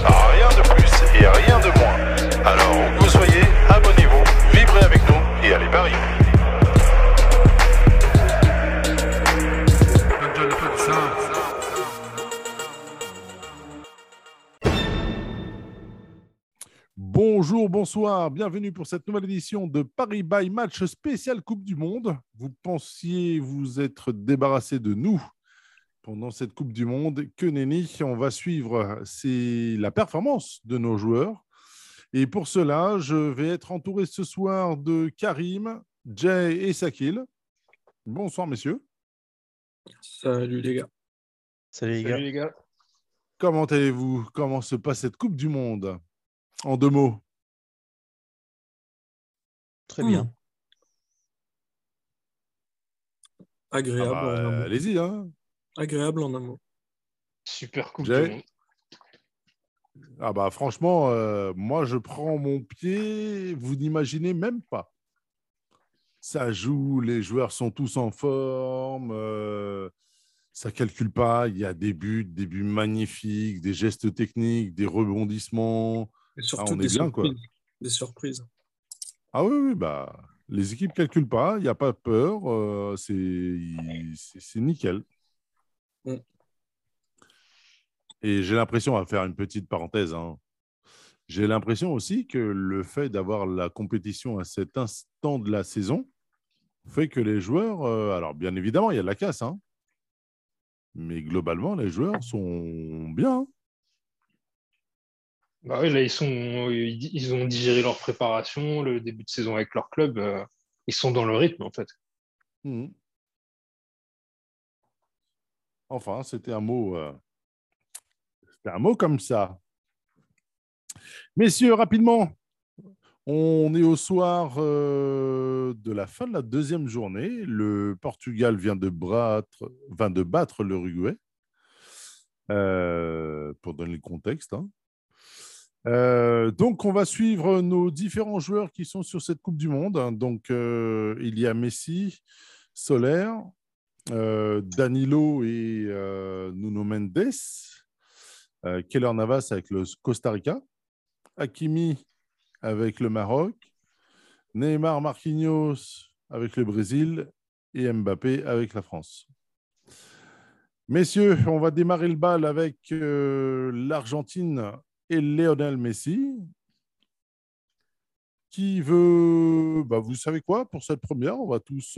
Rien de plus et rien de moins. Alors où que vous soyez, abonnez-vous, vibrez avec nous et allez Paris. Bonjour, bonsoir, bienvenue pour cette nouvelle édition de Paris by Match spécial Coupe du Monde. Vous pensiez vous être débarrassé de nous pendant cette Coupe du Monde. Que nenni, on va suivre la performance de nos joueurs. Et pour cela, je vais être entouré ce soir de Karim, Jay et Sakil. Bonsoir messieurs. Salut les gars. Salut les gars. Comment allez-vous? Comment se passe cette Coupe du Monde? En 2 mots. Très bien. Agréable en un mot. Allez-y. Hein. Agréable en un mot. Super Coupe Jay? du Monde. Ah bah franchement, moi je prends mon pied, vous n'imaginez même pas. Ça joue, les joueurs sont tous en forme, ça ne calcule pas, il y a des buts magnifiques, des gestes techniques, des rebondissements. Et surtout on est bien, quoi. Des surprises. Ah oui, bah, les équipes ne calculent pas, il n'y a pas peur, c'est nickel. Mm. Et j'ai l'impression, on va faire une petite parenthèse, hein, j'ai l'impression aussi que le fait d'avoir la compétition à cet instant de la saison fait que les joueurs, alors bien évidemment, il y a de la casse, hein, mais globalement, les joueurs sont bien. Bah oui, là, ils ont digéré leur préparation, le début de saison avec leur club. Ils sont dans le rythme, en fait. Mmh. Enfin, c'était un mot comme ça. Messieurs, rapidement, on est au soir de la fin de la deuxième journée. Le Portugal vient de battre l'Uruguay, pour donner le contexte. Hein. Donc, on va suivre nos différents joueurs qui sont sur cette Coupe du Monde. Donc, il y a Messi, Soler, Danilo et Nuno Mendes, Keylor Navas avec le Costa Rica, Hakimi avec le Maroc, Neymar, Marquinhos avec le Brésil et Mbappé avec la France. Messieurs, on va démarrer le bal avec l'Argentine et Lionel Messi. Qui veut... Bah, vous savez quoi? Pour cette première, on va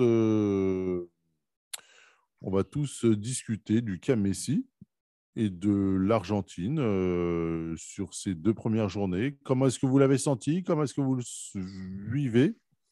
tous discuter du cas Messi et de l'Argentine sur ces 2 premières journées. Comment est-ce que vous l'avez senti? Comment est-ce que vous le vivez?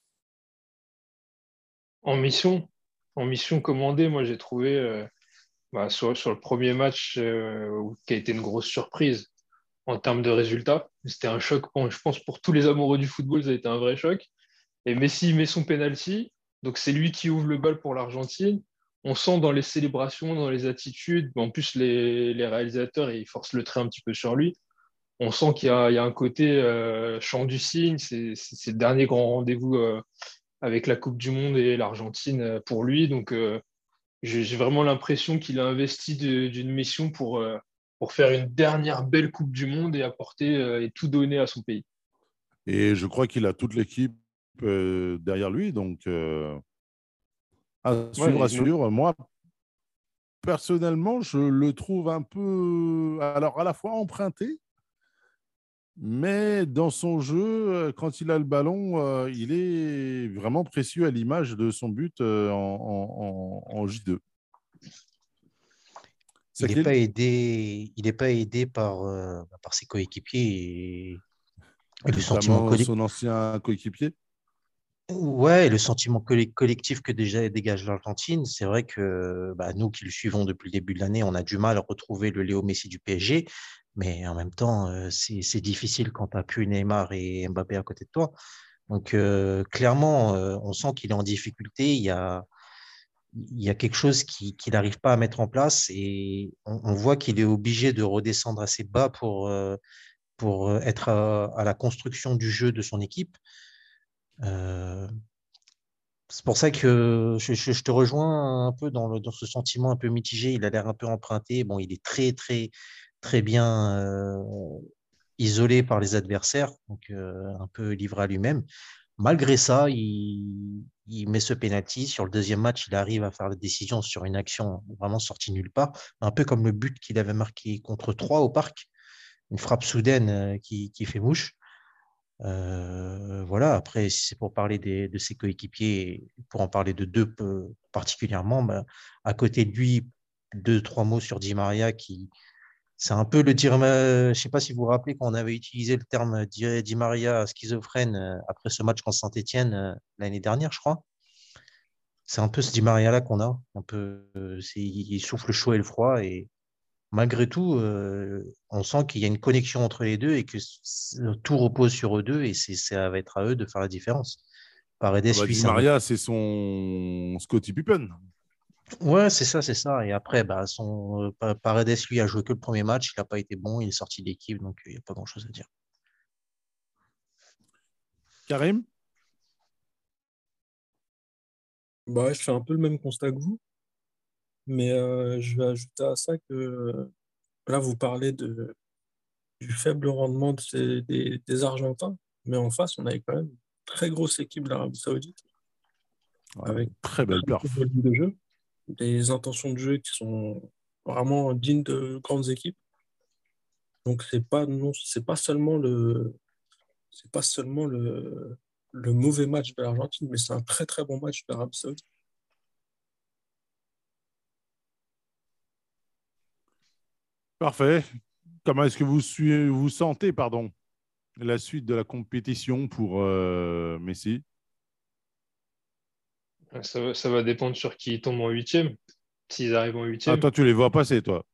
En mission commandée, moi, j'ai trouvé sur le premier match qui a été une grosse surprise en termes de résultats. C'était un choc, je pense, pour tous les amoureux du football, ça a été un vrai choc. Et Messi met son penalty, donc c'est lui qui ouvre le bal pour l'Argentine. On sent dans les célébrations, dans les attitudes, en plus les réalisateurs, ils forcent le trait un petit peu sur lui. On sent qu'il y a un côté chant du cygne, c'est le dernier grand rendez-vous avec la Coupe du Monde et l'Argentine pour lui. Donc j'ai vraiment l'impression qu'il a investi d'une mission pour faire une dernière belle Coupe du Monde et apporter et tout donner à son pays. Et je crois qu'il a toute l'équipe derrière lui. Donc, à suivre. Moi, personnellement, je le trouve un peu, alors à la fois emprunté, mais dans son jeu, quand il a le ballon, il est vraiment précieux à l'image de son but en J2. Il n'est pas aidé par ses coéquipiers et le sentiment collectif. Son ancien coéquipier. Ouais, le sentiment collectif que déjà dégage l'Argentine, c'est vrai que nous qui le suivons depuis le début de l'année, on a du mal à retrouver le Léo Messi du PSG, mais en même temps, c'est difficile quand tu n'as plus Neymar et Mbappé à côté de toi. Donc clairement, on sent qu'il est en difficulté, il y a quelque chose qu'il n'arrive pas à mettre en place et on voit qu'il est obligé de redescendre assez bas pour être à la construction du jeu de son équipe. C'est pour ça que je te rejoins un peu dans ce sentiment un peu mitigé. Il a l'air un peu emprunté. Bon, il est très, très, très bien isolé par les adversaires, donc un peu livré à lui-même. Malgré ça, il met ce penalty. Sur le deuxième match, il arrive à faire la décision sur une action vraiment sortie nulle part, un peu comme le but qu'il avait marqué contre 3 au Parc, une frappe soudaine qui fait mouche. Voilà, après, si c'est pour parler de ses coéquipiers, pour en parler de deux particulièrement, bah, à côté de lui, deux, trois mots sur Di Maria qui, c'est un peu le dire, je ne sais pas si vous vous rappelez quand on avait utilisé le terme Di Maria schizophrène après ce match contre Saint-Étienne l'année dernière, je crois. C'est un peu ce Di Maria là qu'on a, un peu, il souffle le chaud et le froid et malgré tout, on sent qu'il y a une connexion entre les deux et que tout repose sur eux deux et ça va être à eux de faire la différence. Paredes, Ah bah, lui, Di c'est un autre. Maria, c'est son Scottie Pippen. Ouais, c'est ça, c'est ça. Et après, bah, Paredes, lui, a joué que le premier match. Il n'a pas été bon, il est sorti de l'équipe, donc il n'y a pas grand-chose à dire. Karim? Bah, ouais, je fais un peu le même constat que vous, mais je vais ajouter à ça que là, vous parlez du faible rendement des Argentins, mais en face, on avait quand même une très grosse équipe de l'Arabie Saoudite, Ouais, avec très un belle très perf. bon volume de jeu, des intentions de jeu qui sont vraiment dignes de grandes équipes. Donc, c'est pas seulement le mauvais match de l'Argentine, mais c'est un très très bon match de l'Arabie Saoudite. Parfait. Comment est-ce que vous sentez, pardon, la suite de la compétition pour Messi? Ça va dépendre sur qui tombe en huitième, s'ils arrivent en Ah, huitième. toi, tu les vois passer, toi.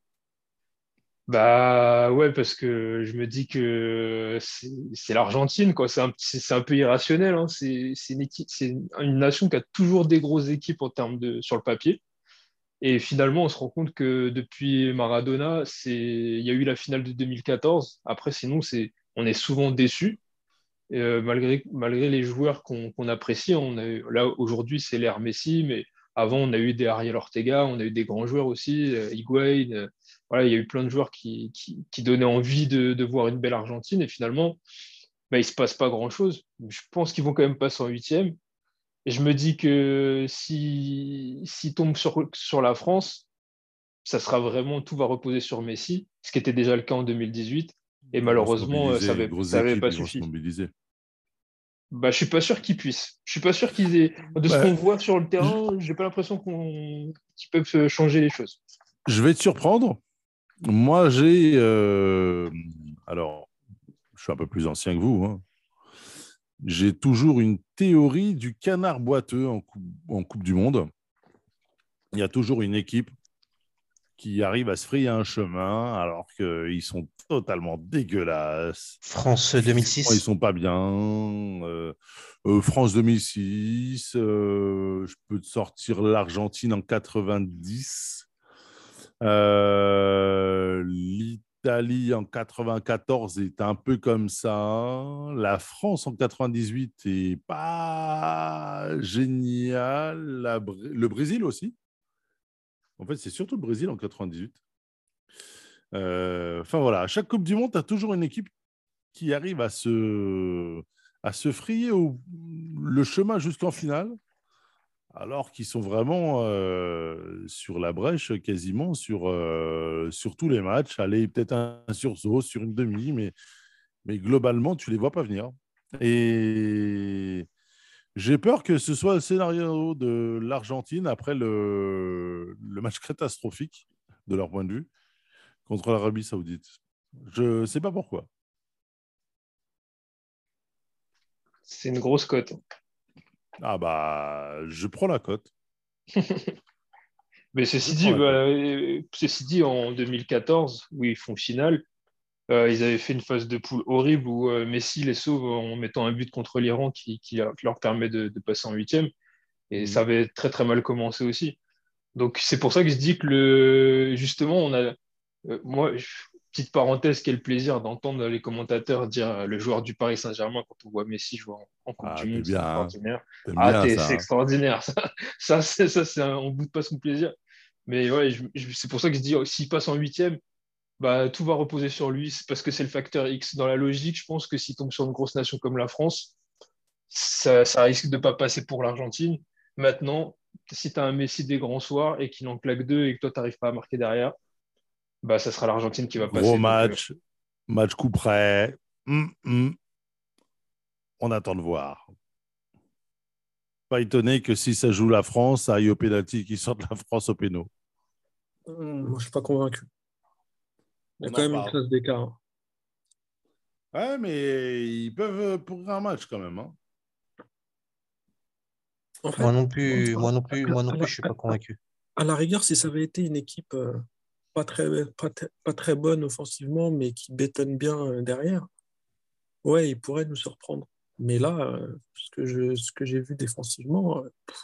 Bah ouais, parce que je me dis que c'est l'Argentine, quoi. C'est un peu irrationnel, hein. C'est une équipe, c'est une nation qui a toujours des grosses équipes en termes sur le papier. Et finalement, on se rend compte que depuis Maradona, il y a eu la finale de 2014. Après, sinon, on est souvent déçus. Malgré les joueurs qu'on apprécie, là aujourd'hui c'est l'ère Messi, mais avant on a eu des Ariel Ortega, on a eu des grands joueurs aussi, Higuaín, voilà, il y a eu plein de joueurs qui donnaient envie de voir une belle Argentine, et finalement bah, il se passe pas grand-chose. Je pense qu'ils vont quand même passer en huitième, et je me dis que s'ils tombent sur la France, ça sera vraiment, tout va reposer sur Messi, ce qui était déjà le cas en 2018, et Ils vont se malheureusement mobiliser, grosses ça avait équipes, pas ils vont se suffi. mobiliser. Bah, je suis pas sûr qu'ils puissent. Je suis pas sûr qu'ils aient. De ce Bah, qu'on voit sur le je terrain, j'ai pas l'impression qu'ils peuvent changer les choses. je vais te surprendre. Moi, j'ai. Alors, je suis un peu plus ancien que vous, hein. J'ai toujours une théorie du canard boiteux en Coupe du Monde. Il y a toujours une équipe qui arrive à se frayer un chemin alors qu'ils sont totalement dégueulasses. France Physiquement, ils 2006. sont pas bien. France 2006, je peux te sortir l'Argentine en 90. L'Italie en 94 est un peu comme ça. La France en 98 est pas génial. Le Brésil aussi. En fait, c'est surtout le Brésil en 98. Enfin voilà, à chaque Coupe du Monde, tu as toujours une équipe qui arrive à se frayer le chemin jusqu'en finale, alors qu'ils sont vraiment sur la brèche quasiment sur tous les matchs. Allez, peut-être un sursaut sur une demi, mais globalement, tu ne les vois pas venir. Et j'ai peur que ce soit le scénario de l'Argentine après le match catastrophique, de leur point de vue, contre l'Arabie Saoudite. Je ne sais pas pourquoi. C'est une grosse cote. Ah bah, je prends la cote. Mais Je prends la cote. ceci dit, en 2014, où ils font finale, ils avaient fait une phase de poule horrible où Messi les sauve en mettant un but contre l'Iran qui leur permet de passer en huitième. Et ça Mhm. avait très très mal commencé aussi. Donc c'est pour ça que je dis que justement, moi, petite parenthèse, quel plaisir d'entendre les commentateurs dire le joueur du Paris Saint-Germain quand on voit Messi jouer en Coupe Ah, du Monde, t'es c'est bien, hein. extraordinaire. T'aimes bien C'est ça, hein. extraordinaire. On boude pas son plaisir. Mais ouais, c'est pour ça que je dis, s'il passe en huitième, bah, tout va reposer sur lui, c'est parce que c'est le facteur X. Dans la logique, je pense que s'il tombe sur une grosse nation comme la France, ça risque de ne pas passer pour l'Argentine. Maintenant, si tu as un Messi des grands soirs et qu'il en claque deux et que toi, tu n'arrives pas à marquer derrière, bah, ça sera l'Argentine qui va Gros passer. Donc, match coup près. On attend de voir. Pas étonné que si ça joue la France, ça aille au pénalty qui sorte la France au péno. Moi, je suis pas convaincu. Il y a On quand en même une parle. classe d'écart, hein. Ouais, mais ils peuvent pourrir un match quand même. Hein. En fait, Moi non plus, je suis pas convaincu. à la rigueur, si ça avait été une équipe pas très bonne offensivement, mais qui bétonne bien derrière, ouais, ils pourraient nous surprendre. Mais là, ce que j'ai vu défensivement,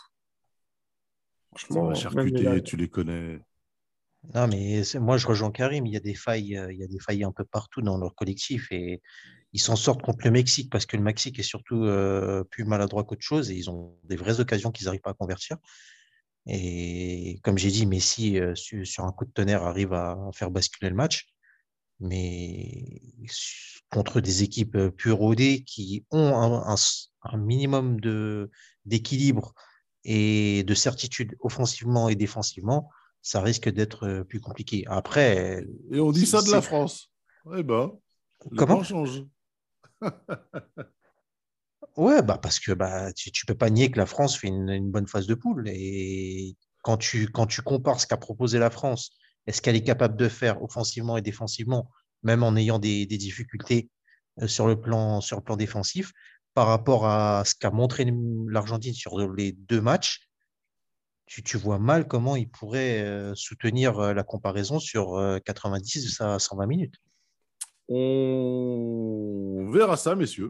Ça va franchement, même charcuter, tu les connais. Non, mais moi, je rejoins Karim. Il y a des failles un peu partout dans leur collectif et ils s'en sortent contre le Mexique parce que le Mexique est surtout plus maladroit qu'autre chose et ils ont des vraies occasions qu'ils n'arrivent pas à convertir. Et comme j'ai dit, Messi, sur un coup de tonnerre, arrive à faire basculer le match. Mais contre des équipes plus rodées qui ont un minimum d'équilibre et de certitude offensivement et défensivement, ça risque d'être plus compliqué. Après, Et on dit c'est, ça de la c'est- France. Eh ben, les temps comment? changent. Ouais, bah parce que bah, tu peux pas nier que la France fait une bonne phase de poule. Et quand tu compares ce qu'a proposé la France, est-ce qu'elle est capable de faire offensivement et défensivement, même en ayant des difficultés sur le plan défensif, par rapport à ce qu'a montré l'Argentine sur les deux matchs, tu vois mal comment ils pourraient soutenir la comparaison sur 90 à 120 minutes. On verra ça, messieurs.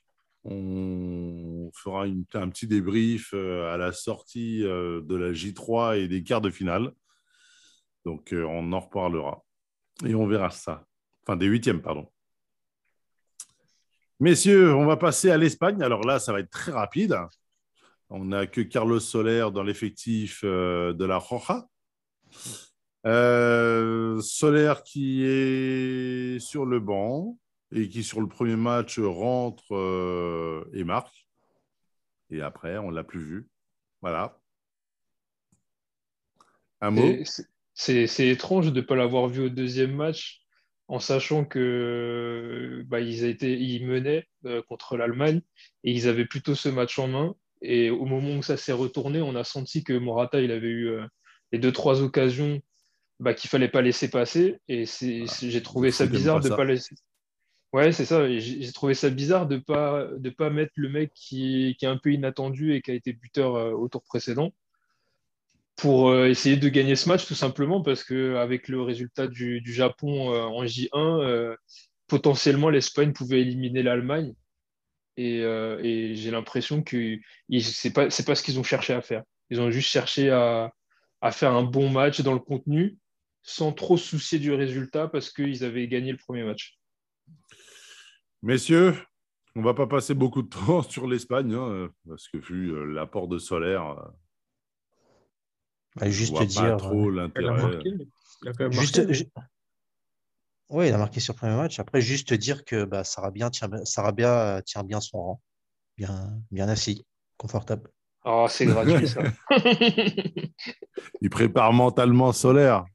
On fera un petit débrief à la sortie de la J3 et des quarts de finale. Donc, on en reparlera. Et on verra ça. Enfin, des huitièmes, pardon. Messieurs, on va passer à l'Espagne. Alors là, ça va être très rapide. On n'a que Carlos Soler dans l'effectif de la Roja. Soler qui est sur le banc et qui, sur le premier match, rentre et marque. Et après, on ne l'a plus vu. Voilà. Un c'est mot? c'est étrange de ne pas l'avoir vu au deuxième match, en sachant que bah, ils menaient contre l'Allemagne et ils avaient plutôt ce match en main. Et au moment où ça s'est retourné, on a senti que Morata il avait eu les deux, trois occasions bah, qu'il fallait pas laisser passer. Et j'ai Ne trouvé ça foutez bizarre pas de pas ça. laisser. Ouais, c'est ça. Et j'ai trouvé ça bizarre de pas mettre le mec qui est un peu inattendu et qui a été buteur au tour précédent pour essayer de gagner ce match tout simplement parce que avec le résultat du Japon en J1, potentiellement l'Espagne pouvait éliminer l'Allemagne et j'ai l'impression que c'est pas ce qu'ils ont cherché à faire. Ils ont juste cherché à faire un bon match dans le contenu sans trop se soucier du résultat parce qu'ils avaient gagné le premier match. Messieurs, on ne va pas passer beaucoup de temps sur l'Espagne, hein, parce que vu l'apport de Solaire, Bah, je ne juste vois pas dire, trop elle a l'intérêt. marqué. Il a quand même juste, marqué, hein. ouais, il a marqué sur le premier match. Après, juste dire que bah, Sarabia tient bien son rang, bien assis, confortable. Ah, c'est gratuit ça. Il prépare mentalement Solaire.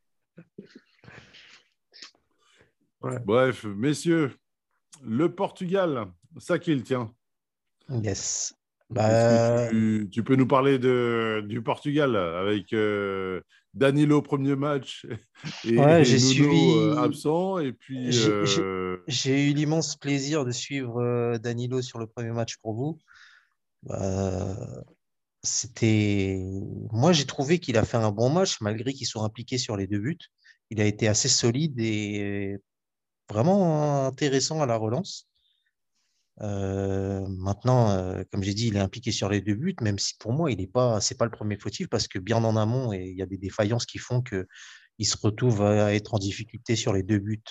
Ouais. Bref, messieurs, le Portugal, ça qui le tient. Yes. Est-ce que Bah, tu peux nous parler du Portugal avec Danilo premier match ouais, et Nuno absent et puis j'ai, j'ai- j'ai eu l'immense plaisir de suivre Danilo sur le premier match pour vous. Bah, c'était, moi, j'ai trouvé qu'il a fait un bon match malgré qu'il soit impliqué sur les deux buts. Il a été assez solide et vraiment intéressant à la relance. Maintenant, comme j'ai dit, il est impliqué sur les deux buts, même si pour moi, c'est pas le premier fautif parce que bien en amont, et il y a des défaillances qui font que il se retrouve à être en difficulté sur les deux buts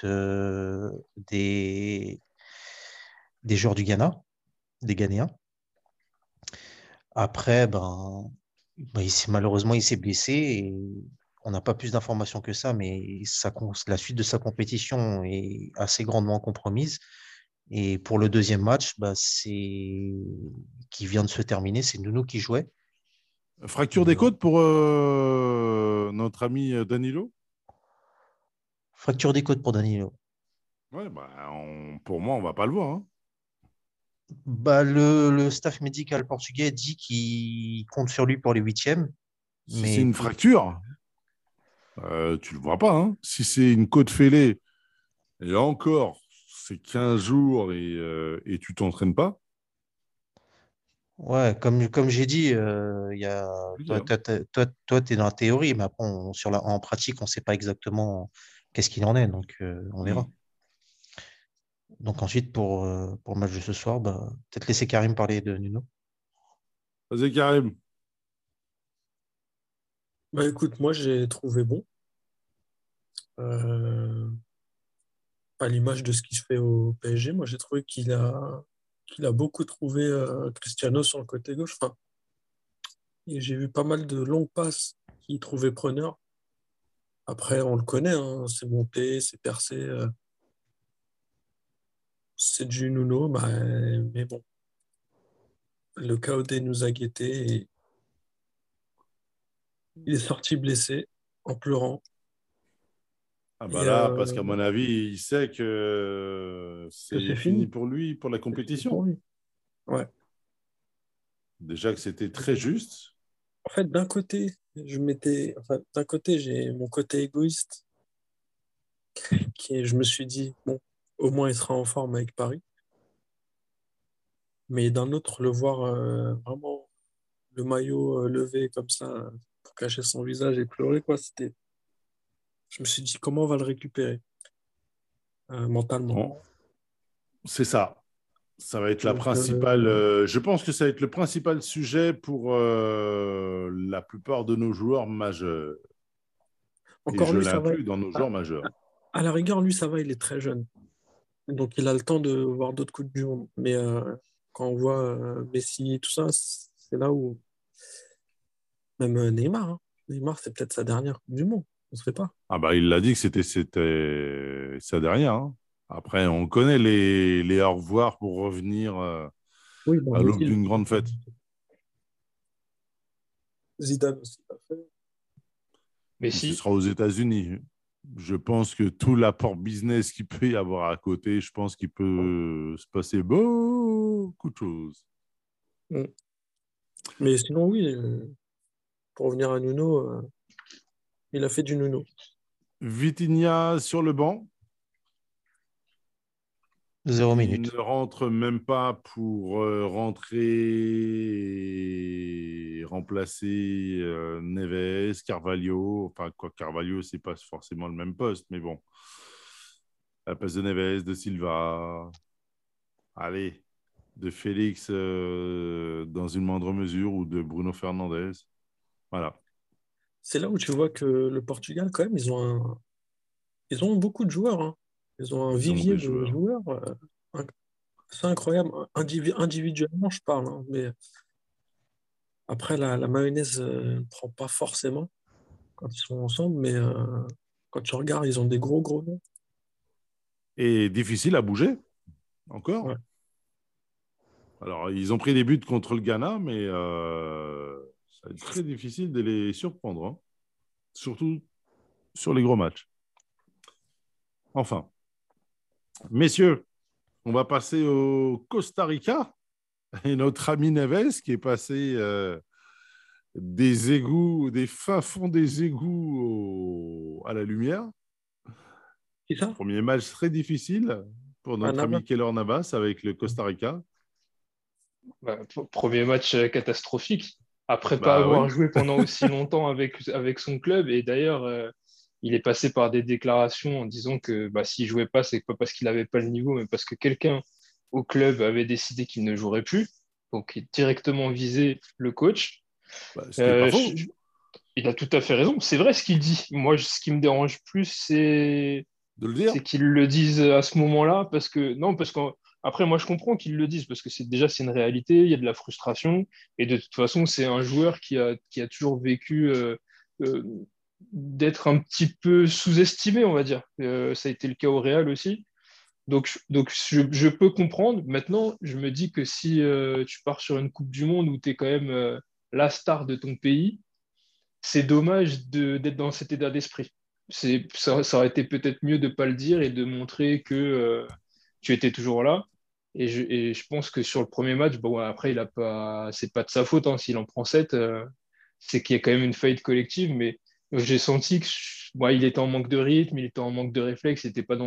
des joueurs du Ghana, des Ghanéens. Après, malheureusement, il s'est blessé et On n'a pas plus d'informations que ça, mais la suite de sa compétition est assez grandement compromise. Et pour le deuxième match, qui vient de se terminer, c'est Nuno qui jouait. Fracture des côtes pour notre ami Danilo? Fracture des côtes pour Danilo. Ouais, pour moi, on va pas le voir, hein. Le staff médical portugais dit qu'il compte sur lui pour les huitièmes. Si Mais c'est une fracture, tu le vois pas, hein. Si c'est une côte fêlée, et encore, c'est 15 jours et tu t'entraînes pas. ouais, comme j'ai dit, Compliqué, hein. toi, tu es dans la théorie, mais après, en pratique, on ne sait pas exactement qu'est-ce qu'il en est, donc on verra. Donc ensuite, pour le match de ce soir, peut-être laisser Karim parler de Nuno. Vas-y, Karim. Bah écoute, moi j'ai trouvé bon. Euh, à l'image de ce qui se fait au PSG, moi j'ai trouvé qu'il a beaucoup trouvé Cristiano sur le côté gauche. Enfin, et j'ai vu pas mal de longues passes qu'il trouvait preneur. Après, on le connaît, hein, c'est monté, c'est percé, c'est du Nuno, mais bon, le KOD nous a guettés et il est sorti blessé en pleurant. Ah bah Et là, parce qu'à mon avis, il sait que que c'est c'est fini fini, pour lui, pour la c'est fini compétition. pour lui. Ouais. Déjà que c'était très juste. En fait, d'un côté, j'ai mon côté égoïste je me suis dit, bon, au moins il sera en forme avec Paris. Mais d'un autre, le voir vraiment le maillot levé comme ça pour cacher son visage et pleurer, quoi, je me suis dit, comment on va le récupérer mentalement. Bon, c'est ça. Ça va être la Donc, principale. Je pense que ça va être le principal sujet pour la plupart de nos joueurs majeurs. Et encore je lui, ça va. l'inclus dans nos À, joueurs majeurs. à la rigueur, lui, ça va, il est très jeune. Donc, il a le temps de voir d'autres coups du monde. Mais quand on voit Messi et tout ça, c'est là où. Même Neymar, hein. Neymar, c'est peut-être sa dernière Coupe du Monde. On ne sait pas. Ah bah il l'a dit que c'était ça derrière, hein. Après, on connaît les au revoir pour revenir Oui, bon, à l'aube Messi, d'une grande fête. Zidane aussi l'a fait. Mais ce Messi, sera aux États-Unis. Je pense que tout l'apport business qu'il peut y avoir à côté, je pense qu'il peut se passer beaucoup de choses. Mm. Mais sinon, oui, pour revenir à Nuno, il a fait du Nuno. Vitinha sur le banc. 0 Il ne minutes. rentre même pas pour rentrer et remplacer Neves, Carvalho. Enfin, quoi, Carvalho, c'est pas forcément le même poste, mais bon. À la place de Neves, de Silva, allez, de Félix dans une moindre mesure ou de Bruno Fernandes. Voilà. C'est là où tu vois que le Portugal, quand même, ils ont beaucoup de joueurs, hein. Ils ont un Ils ont vivier des de joueurs. joueurs. C'est incroyable. Individuellement, je parle, hein, mais après, la mayonnaise ne prend pas forcément quand ils sont ensemble, mais quand tu regardes, ils ont des gros, gros noms. Et difficile à bouger, encore. Ouais. Alors, ils ont pris des buts contre le Ghana, mais ça va être très difficile de les surprendre, hein. Surtout sur les gros matchs. Enfin, messieurs, on va passer au Costa Rica et notre ami Neves qui est passé des égouts, des fins fonds des égouts à la lumière. C'est ça? Premier match très difficile pour À notre Navas. ami Keylor Navas avec le Costa Rica. premier match catastrophique. Après pas Bah avoir oui, joué pendant aussi longtemps avec son club. Et d'ailleurs, il est passé par des déclarations en disant que s'il jouait pas, c'est pas parce qu'il n'avait pas le niveau, mais parce que quelqu'un au club avait décidé qu'il ne jouerait plus. Donc, il a directement visé le coach. ce qui n'est pas Euh, faux. je- il a tout à fait raison. C'est vrai ce qu'il dit. Moi, ce qui me dérange plus, De le dire. c'est qu'ils le disent à ce moment-là, parce que non, parce qu'après, moi, je comprends qu'ils le disent, parce que c'est une réalité, il y a de la frustration, et de toute façon, c'est un joueur qui a toujours vécu euh, d'être un petit peu sous-estimé, on va dire. Ça a été le cas au Real aussi. Donc je peux comprendre. Maintenant, je me dis que si tu pars sur une Coupe du Monde où tu es quand même la star de ton pays, c'est dommage d'être dans cet état d'esprit. Ça aurait été peut-être mieux de ne pas le dire et de montrer que tu étais toujours là. Et je pense que sur le premier match, bon, après, c'est pas de sa faute hein, s'il en prend 7. C'est qu'il y a quand même une faillite collective, mais j'ai senti que il était en manque de rythme, il était en manque de réflexe, il n'était pas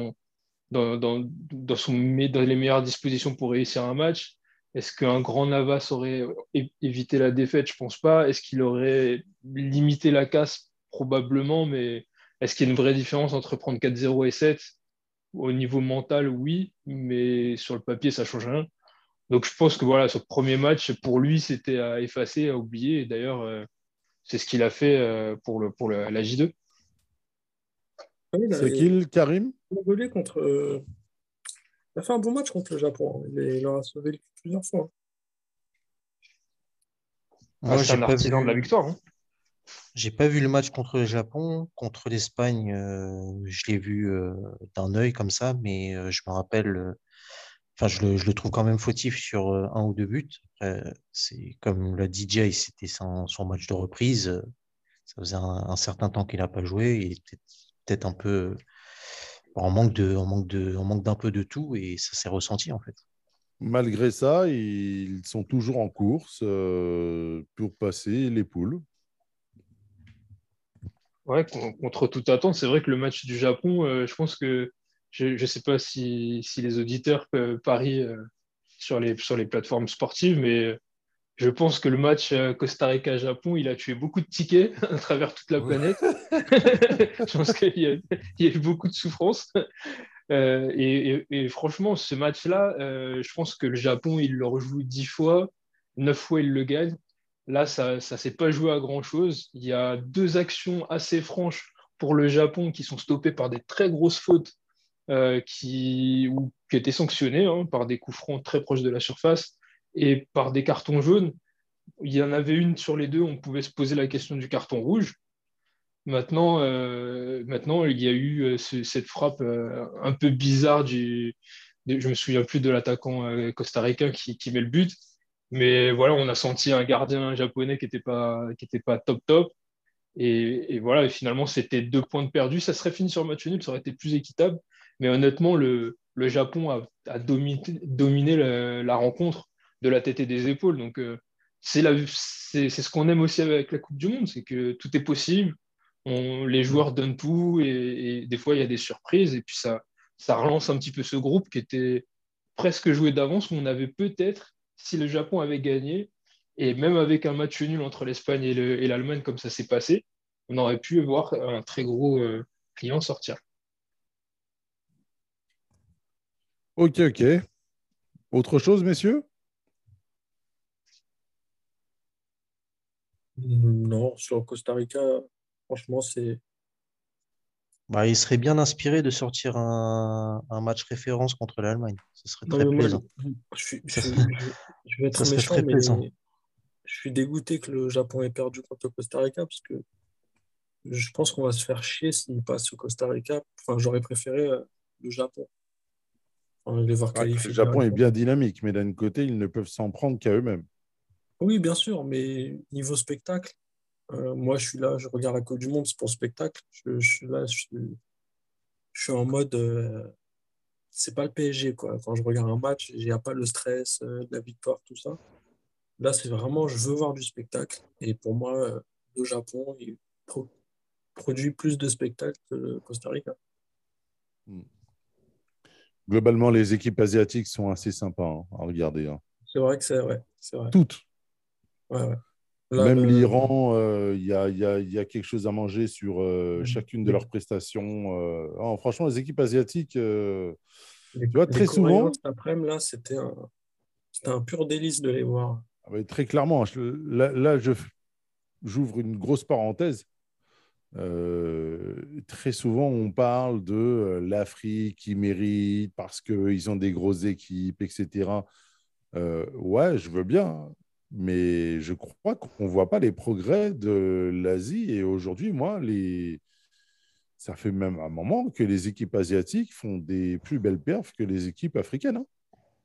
dans les meilleures dispositions pour réussir un match. Est-ce qu'un grand Navas aurait évité la défaite? Je pense pas. Est-ce qu'il aurait limité la casse? Probablement, mais est-ce qu'il y a une vraie différence entre prendre 4-0 et 7? Au niveau mental, oui, mais sur le papier, ça change rien. Donc je pense que voilà, ce premier match, pour lui, c'était à effacer, à oublier. Et d'ailleurs, c'est ce qu'il a fait la J2. Ah oui, C'est qui le Karim? il a rigolé il a fait un bon match contre le Japon. Il leur a sauvé le cul plusieurs fois. Moi, C'est un artisan de la victoire. Hein. j'ai pas vu le match contre le Japon. Contre l'Espagne, je l'ai vu d'un œil comme ça, mais je me rappelle, enfin, je le trouve quand même fautif sur un ou deux buts. Après, c'est comme l'a dit Jay, c'était son match de reprise. Ça faisait un certain temps qu'il n'a pas joué. Il est peut-être un peu en manque d'un peu de tout et ça s'est ressenti en fait. Malgré ça, ils sont toujours en course pour passer les poules. Ouais, contre toute attente, c'est vrai que le match du Japon, je pense que je ne sais pas si les auditeurs parient sur les plateformes sportives, mais je pense que le match Costa Rica-Japon, il a tué beaucoup de tickets à travers toute la planète. Je pense qu'il y a eu beaucoup de souffrance. Et franchement, ce match-là, je pense que le Japon, il le rejoue 10 fois, 9 fois, il le gagne. Là, ça ne s'est pas joué à grand-chose. Il y a deux actions assez franches pour le Japon qui sont stoppées par des très grosses fautes qui étaient sanctionnées hein, par des coups francs très proches de la surface et par des cartons jaunes. Il y en avait une sur les deux, on pouvait se poser la question du carton rouge. Maintenant, il y a eu cette frappe un peu bizarre je me souviens plus de l'attaquant costaricain qui met le but, mais voilà, on a senti un gardien japonais qui était pas top top, et voilà, et finalement c'était 2 points de perdu. Ça serait fini sur match nul, ça aurait été plus équitable, mais honnêtement, le Japon a dominé la rencontre de la tête et des épaules, donc c'est ce qu'on aime aussi avec la Coupe du Monde, c'est que tout est possible les joueurs donnent tout et des fois il y a des surprises et puis ça relance un petit peu ce groupe qui était presque joué d'avance où on avait peut-être, si le Japon avait gagné, et même avec un match nul entre l'Espagne et l'Allemagne comme ça s'est passé, on aurait pu voir un très gros client sortir. Ok, ok. Autre chose, messieurs? Non, sur Costa Rica, franchement, c'est. Bah, il serait bien inspiré de sortir un match référence contre l'Allemagne. Ce serait Non, très mais moi, plaisant. je, suis- Ça, je vais ça être serait méchant, très plaisant. mais je suis dégoûté que le Japon ait perdu contre le Costa Rica parce que je pense qu'on va se faire chier s'il passe au Costa Rica. Enfin, j'aurais préféré le Japon. Enfin, les voir Ouais, le qualifier Japon est directement. bien dynamique, mais d'un côté, ils ne peuvent s'en prendre qu'à eux-mêmes. Oui, bien sûr, mais niveau spectacle, moi, je suis là, je regarde la Coupe du Monde, c'est pour le spectacle. Je suis là, je suis en mode, c'est pas le PSG, quoi. Quand je regarde un match, il n'y a pas le stress de la victoire, tout ça. Là, c'est vraiment, je veux voir du spectacle. Et pour moi, le Japon, il produit plus de spectacles que le Costa Rica. Globalement, les équipes asiatiques sont assez sympas hein, à regarder. Hein. C'est vrai que c'est vrai, c'est vrai. Toutes. Ouais, ouais. Là, Même l'Iran, il y a quelque chose à manger sur chacune de les, leurs prestations. Oh, franchement, les équipes asiatiques, les, tu vois, les très Coréens souvent, cet après-midi, là, c'était un pur délice de les voir. ah ouais, très clairement, là, j'ouvre une grosse parenthèse. Très souvent, on parle de l'Afrique qui mérite parce qu'ils ont des grosses équipes, etc. Ouais, je veux bien. Hein. Mais je crois qu'on ne voit pas les progrès de l'Asie. Et aujourd'hui, moi, ça fait même un moment que les équipes asiatiques font des plus belles perfs que les équipes africaines, hein.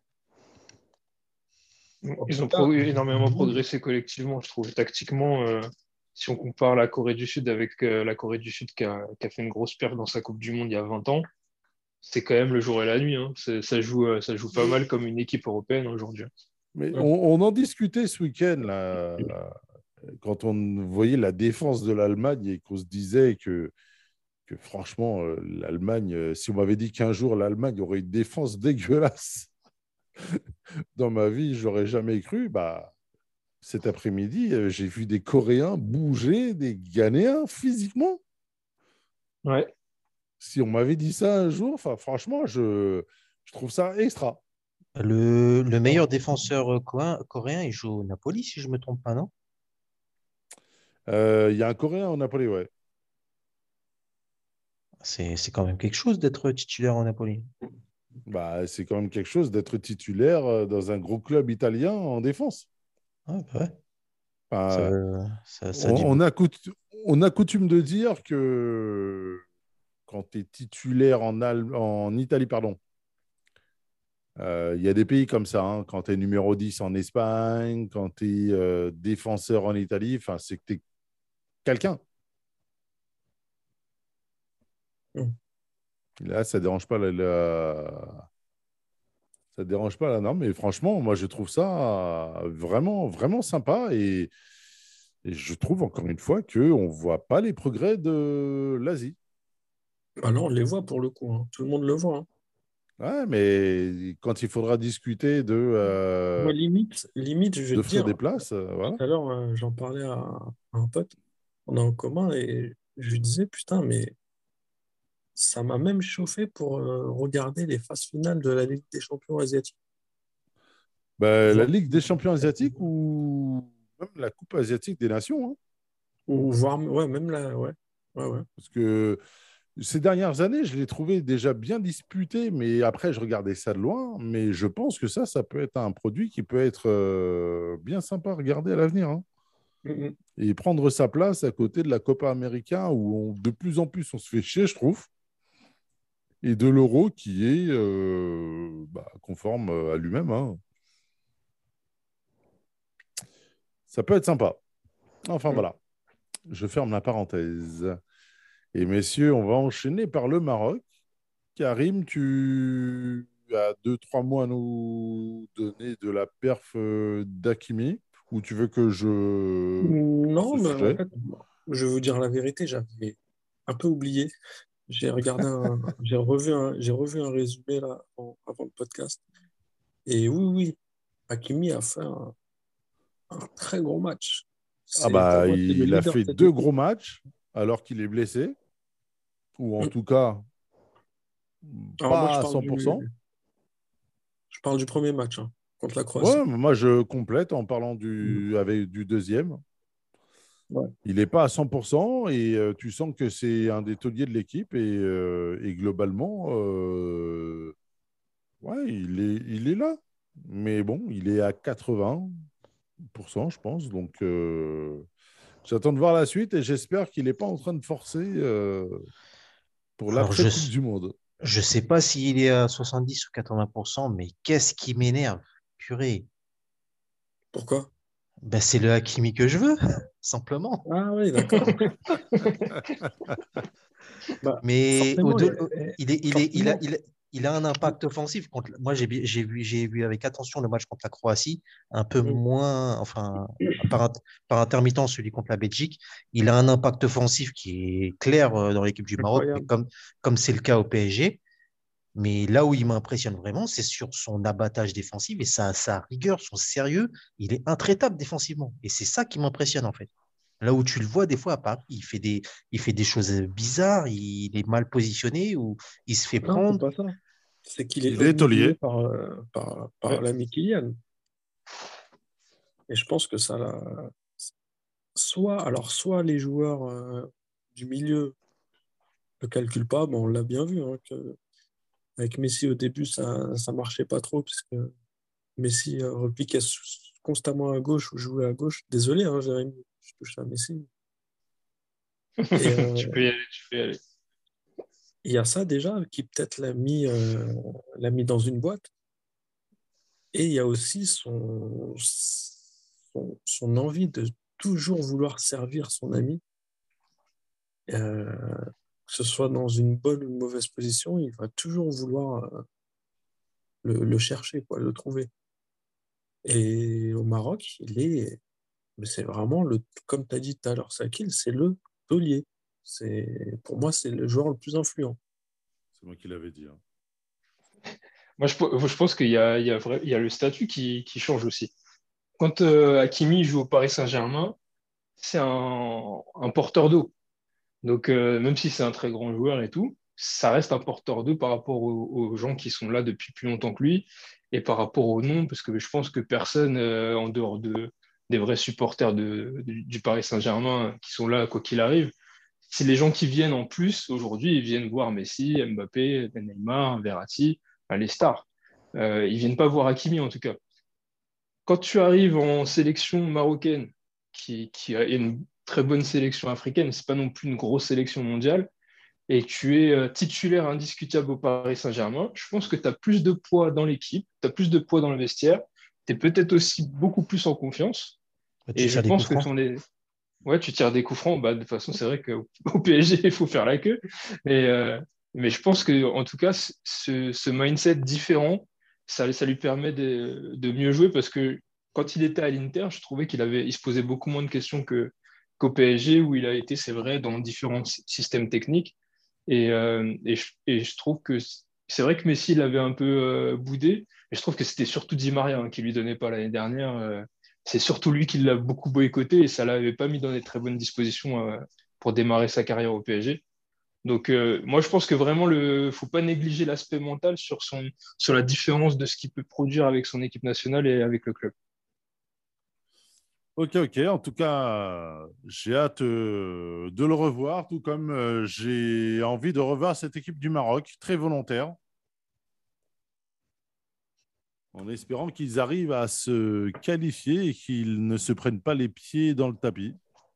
En Ils tout ont cas, énormément nous, progressé collectivement, je trouve. Tactiquement, si on compare la Corée du Sud avec la Corée du Sud qui a fait une grosse perte dans sa Coupe du Monde il y a 20 ans, c'est quand même le jour et la nuit, hein. Ça joue pas mal comme une équipe européenne aujourd'hui. Mais on en discutait ce week-end, là, quand on voyait la défense de l'Allemagne et qu'on se disait que franchement, l'Allemagne, si on m'avait dit qu'un jour l'Allemagne aurait une défense dégueulasse dans ma vie, je n'aurais jamais cru. Bah, cet après-midi, j'ai vu des Coréens bouger, des Ghanéens physiquement. Ouais. Si on m'avait dit ça un jour, franchement, je trouve ça extra. Le meilleur défenseur coréen, il joue au Napoli, si je ne me trompe pas, non? Il y a un Coréen au Napoli, ouais. C'est quand même quelque chose d'être titulaire au Napoli. Bah, c'est quand même quelque chose d'être titulaire dans un gros club italien en défense. Ah, bah ouais, Enfin, ça dit on beaucoup. on a coutume de dire que quand tu es titulaire en Italie, pardon, il y a des pays comme ça, hein, quand tu es numéro 10 en Espagne, quand tu es défenseur en Italie, c'est que tu es quelqu'un. mm. Là, ça ne dérange pas ça dérange pas la norme, mais franchement, moi, je trouve ça vraiment, vraiment sympa et je trouve encore une fois qu'on ne voit pas les progrès de l'Asie. Bah là, on les voit pour le coup, hein. Tout le monde le voit, hein. Ouais, mais quand il faudra discuter Moi, limite, je vais te d'offrir dire, des places, tout voilà. à l'heure, j'en parlais à un pote, on est en commun, et je lui disais, putain, mais ça m'a même chauffé pour regarder les phases finales de la Ligue des champions asiatiques. Bah, la Voir, Ligue des champions asiatiques ou même la Coupe asiatique des nations, hein. ou voir, ouais, même là, ouais. Ouais, ouais. Parce que ces dernières années, je l'ai trouvé déjà bien disputé, mais après, je regardais ça de loin. Mais je pense que ça peut être un produit qui peut être bien sympa à regarder à l'avenir, hein. Mm, Et prendre sa place à côté de la Copa América où de plus en plus on se fait chier, je trouve, et de l'euro qui est conforme à lui-même, hein. Ça peut être sympa. Enfin mm. voilà, je ferme la parenthèse. Et messieurs, on va enchaîner par le Maroc. Karim, tu as 2, 3 mots à nous donner de la perf d'Hakimi ou tu veux que je lance Non, le mais en sujet? fait, je vais vous dire la vérité, j'avais un peu oublié. J'ai revu un résumé là avant le podcast. Et oui, oui, Hakimi a fait un très gros match. Ah Pour bah, moi, c'est le il a leader de fait cette deux équipe. gros matchs alors qu'il est blessé, ou en Mm. tout cas Alors moi, pas à 100%. je parle du premier match, hein, contre la Ouais, Croatie. mais moi je complète en parlant Mm. avec du deuxième. Ouais. Il n'est pas à 100% et tu sens que c'est un des tauliers de l'équipe et globalement, ouais, il est là. Mais bon, il est à 80%, je pense. Donc, j'attends de voir la suite et j'espère qu'il n'est pas en train de forcer pour Alors, l'après-Coupe du Monde. je sais pas s'il est à 70 ou 80%, mais qu'est-ce qui m'énerve? Purée. Pourquoi? Ben, c'est le Hakimi que je veux, simplement. Ah oui, d'accord. Bah, Mais forcément, forcément. il a un impact offensif. Moi, j'ai vu avec attention le match contre la Croatie, un peu Mm. moins, enfin, par, par intermittence, celui contre la Belgique. Il a un impact offensif qui est clair dans l'équipe du Maroc, mais Incroyable. comme c'est le cas au PSG. Mais là où il m'impressionne vraiment, c'est sur son abattage défensif et sa rigueur, son sérieux. Il est intraitable défensivement. Et c'est ça qui m'impressionne, en fait. Là où tu le vois des fois à Paris, il fait des choses bizarres, il est mal positionné ou il se fait Non, c'est prendre. pas ça. C'est qu'il est Il est obnubilé taulier. par Ouais. l'ami Kylian. Et je pense que ça l'a. Soit les joueurs du milieu ne calculent pas, bon, on l'a bien vu, hein, avec Messi au début, ça marchait pas trop, puisque Messi repiquait constamment à gauche ou jouer à gauche. Désolé, hein, Jérémy, je touche à Messi. Et Tu peux y aller, tu peux y aller. il y a ça déjà qui peut-être l'a mis dans une boîte. Et il y a aussi son envie de toujours vouloir servir son ami. Euh, que ce soit dans une bonne ou une mauvaise position, il va toujours vouloir le chercher, quoi, le trouver. Et au Maroc, mais c'est vraiment comme tu as dit tout à l'heure, Sakil, c'est le taulier. Pour moi, c'est le joueur le plus influent. C'est moi qui l'avais dit. Hein. Moi, je pense qu'il y a le statut qui change aussi. Quand Hakimi joue au Paris Saint-Germain, c'est un porteur d'eau. Donc, même si c'est un très grand joueur et tout, ça reste un porteur d'eau par rapport aux gens qui sont là depuis plus longtemps que lui et par rapport au nom, parce que je pense que personne, en dehors des vrais supporters du Paris Saint-Germain qui sont là, quoi qu'il arrive, c'est les gens qui viennent en plus aujourd'hui, ils viennent voir Messi, Mbappé, Neymar, Verratti, enfin, les stars. Ils viennent pas voir Hakimi en tout cas. Quand tu arrives en sélection marocaine, qui a une très bonne sélection africaine, c'est pas non plus une grosse sélection mondiale, et tu es titulaire indiscutable au Paris Saint-Germain, je pense que tu as plus de poids dans l'équipe, tu as plus de poids dans le vestiaire, tu es peut-être aussi beaucoup plus en confiance, Tu et je tires des pense coups que francs. Ouais, tu tires des coups francs. Bah, de toute façon, c'est vrai qu'au au PSG, il faut faire la queue. Mais, euh, mais je pense que, en tout cas, ce mindset différent, ça lui permet de mieux jouer parce que quand il était à l'Inter, je trouvais il se posait beaucoup moins de questions qu'au PSG où il a été, c'est vrai, dans différents systèmes techniques. Et je trouve que c'est vrai que Messi l'avait un peu boudé, mais je trouve que c'était surtout Di Maria hein, qui lui donnait pas l'année dernière. C'est surtout lui qui l'a beaucoup boycotté et ça l'avait pas mis dans des très bonnes dispositions pour démarrer sa carrière au PSG. Donc moi je pense que vraiment faut pas négliger l'aspect mental sur la différence de ce qu'il peut produire avec son équipe nationale et avec le club. Ok, ok. En tout cas, j'ai hâte de le revoir, tout comme j'ai envie de revoir cette équipe du Maroc, très volontaire, en espérant qu'ils arrivent à se qualifier et qu'ils ne se prennent pas les pieds dans le tapis.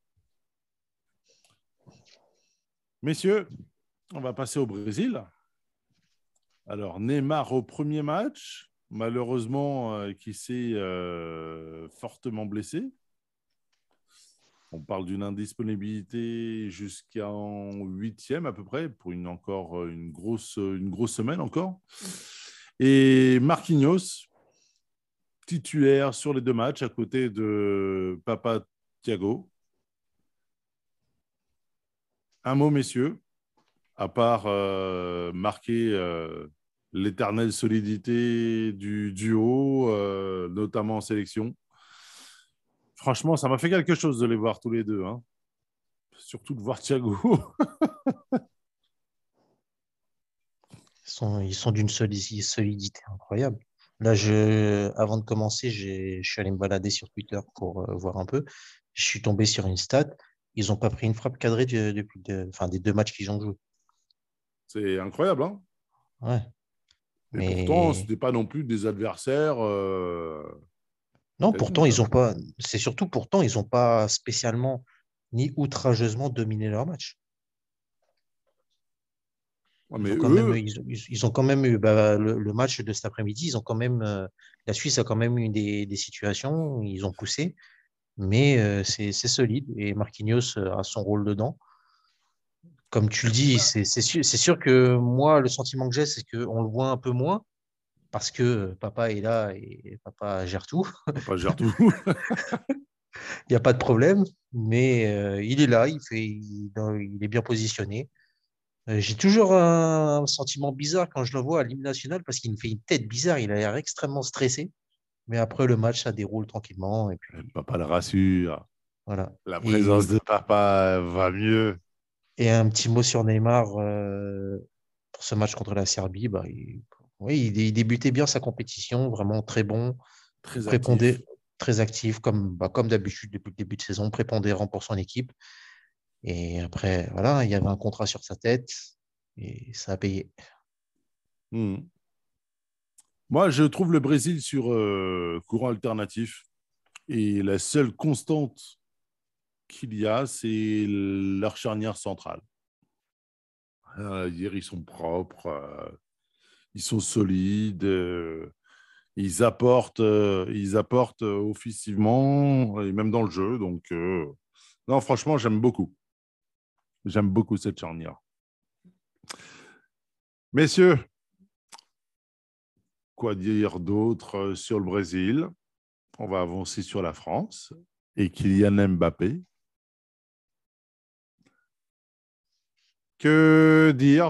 Messieurs, on va passer au Brésil. Alors, Neymar au premier match, malheureusement, qui s'est fortement blessé. On parle d'une indisponibilité jusqu'en huitième à peu près, pour encore une grosse semaine encore. Et Marquinhos, titulaire sur les deux matchs à côté de Papa Thiago. Un mot, messieurs, à part marquer l'éternelle solidité du duo, notamment en sélection. Franchement, ça m'a fait quelque chose de les voir tous les deux. Hein. Surtout de voir Thiago. Ils sont d'une solidité incroyable. Là, avant de commencer, je suis allé me balader sur Twitter pour voir un peu. Je suis tombé sur une stat. Ils n'ont pas pris une frappe cadrée enfin, des deux matchs qu'ils ont joués. C'est incroyable. Hein. Ouais. Et pourtant, ce Mais n'était pas non plus des adversaires. non, pourtant, quelconques. ils ont pas. C'est surtout pourtant, ils n'ont pas spécialement ni outrageusement dominé leur match. Ouais, Ils mais ont quand même, eux, ils ont quand même eu le match de cet après-midi. Ils ont quand même, la Suisse a quand même eu des situations. Où ils ont poussé, mais c'est solide. Et Marquinhos a son rôle dedans. Comme tu le dis, c'est sûr que moi, le sentiment que j'ai, c'est qu'on le voit un peu moins parce que papa est là et papa gère tout. papa gère tout. Il n'y a pas de problème, mais il est là, il est bien positionné. J'ai toujours un sentiment bizarre quand je le vois à l'hymne national parce qu'il me fait une tête bizarre. Il a l'air extrêmement stressé. Mais après le match, ça déroule tranquillement. Et puis Papa le rassure. voilà. La présence Et, de papa va mieux. et un petit mot sur Neymar pour ce match contre la Serbie. Bah, oui, il débutait bien sa compétition, vraiment très bon, Très actif. prépondé, très actif, comme d'habitude depuis le début de saison, prépondérant pour son équipe. Et après, voilà, il y avait un contrat sur sa tête et ça a payé. Moi, je trouve le Brésil sur courant alternatif. Et la seule constante qu'il y a, c'est leur charnière centrale. Dire, ils sont propres, ils sont solides, ils apportent offensivement et même dans le jeu. Donc, non, franchement, j'aime beaucoup. J'aime beaucoup cette charnière. Messieurs, quoi dire d'autre sur le Brésil? On va avancer sur la France et Kylian Mbappé. Que dire?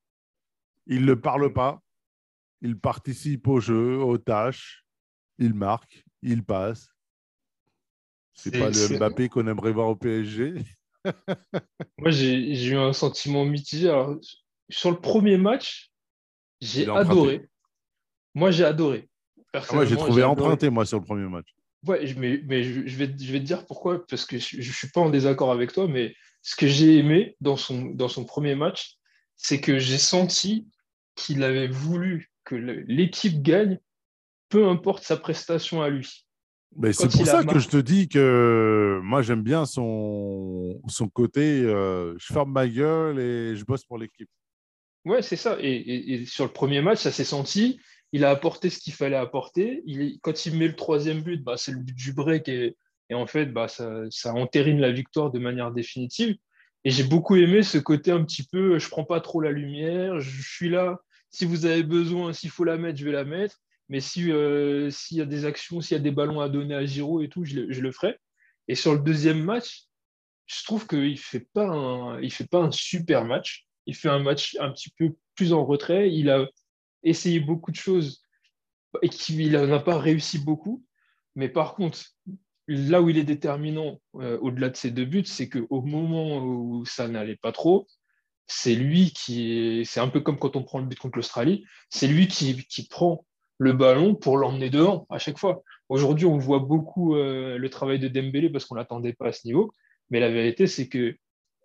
Il ne parle pas. Il participe au jeu, aux tâches. Il marque, il passe. C'est pas le Mbappé qu'on aimerait voir au PSG. Moi, j'ai eu un sentiment mitigé. Alors, sur le premier match, j'ai adoré. Moi, j'ai adoré. Moi, j'ai trouvé emprunté, moi, sur le premier match. Ouais, mais je vais te dire pourquoi, parce que je ne suis pas en désaccord avec toi, mais ce que j'ai aimé dans son premier match, c'est que j'ai senti qu'il avait voulu que l'équipe gagne, peu importe sa prestation à lui. Mais c'est pour ça que je te dis que moi, j'aime bien son côté je ferme ma gueule et je bosse pour l'équipe. Ouais, c'est ça. Et sur le premier match, ça s'est senti. Il a apporté ce qu'il fallait apporter. Quand il met le troisième but, bah, c'est le but du break. Et en fait, bah, ça entérine la victoire de manière définitive. Et j'ai beaucoup aimé ce côté un petit peu, je ne prends pas trop la lumière, je suis là. Si vous avez besoin, s'il faut la mettre, je vais la mettre. Mais s'il y a des actions, s'il y a des ballons à donner à Giroud et tout, je le ferai. Et sur le deuxième match, je trouve qu'il ne fait pas un super match. Il fait un match un petit peu plus en retrait. Il a essayé beaucoup de choses et qu'il n'a pas réussi beaucoup. Mais par contre, là où il est déterminant, au-delà de ses deux buts, c'est qu'au moment où ça n'allait pas trop, c'est lui c'est un peu comme quand on prend le but contre l'Australie, c'est lui qui prend le ballon pour l'emmener devant à chaque fois. Aujourd'hui, on voit beaucoup le travail de Dembélé parce qu'on ne l'attendait pas à ce niveau. Mais la vérité, c'est que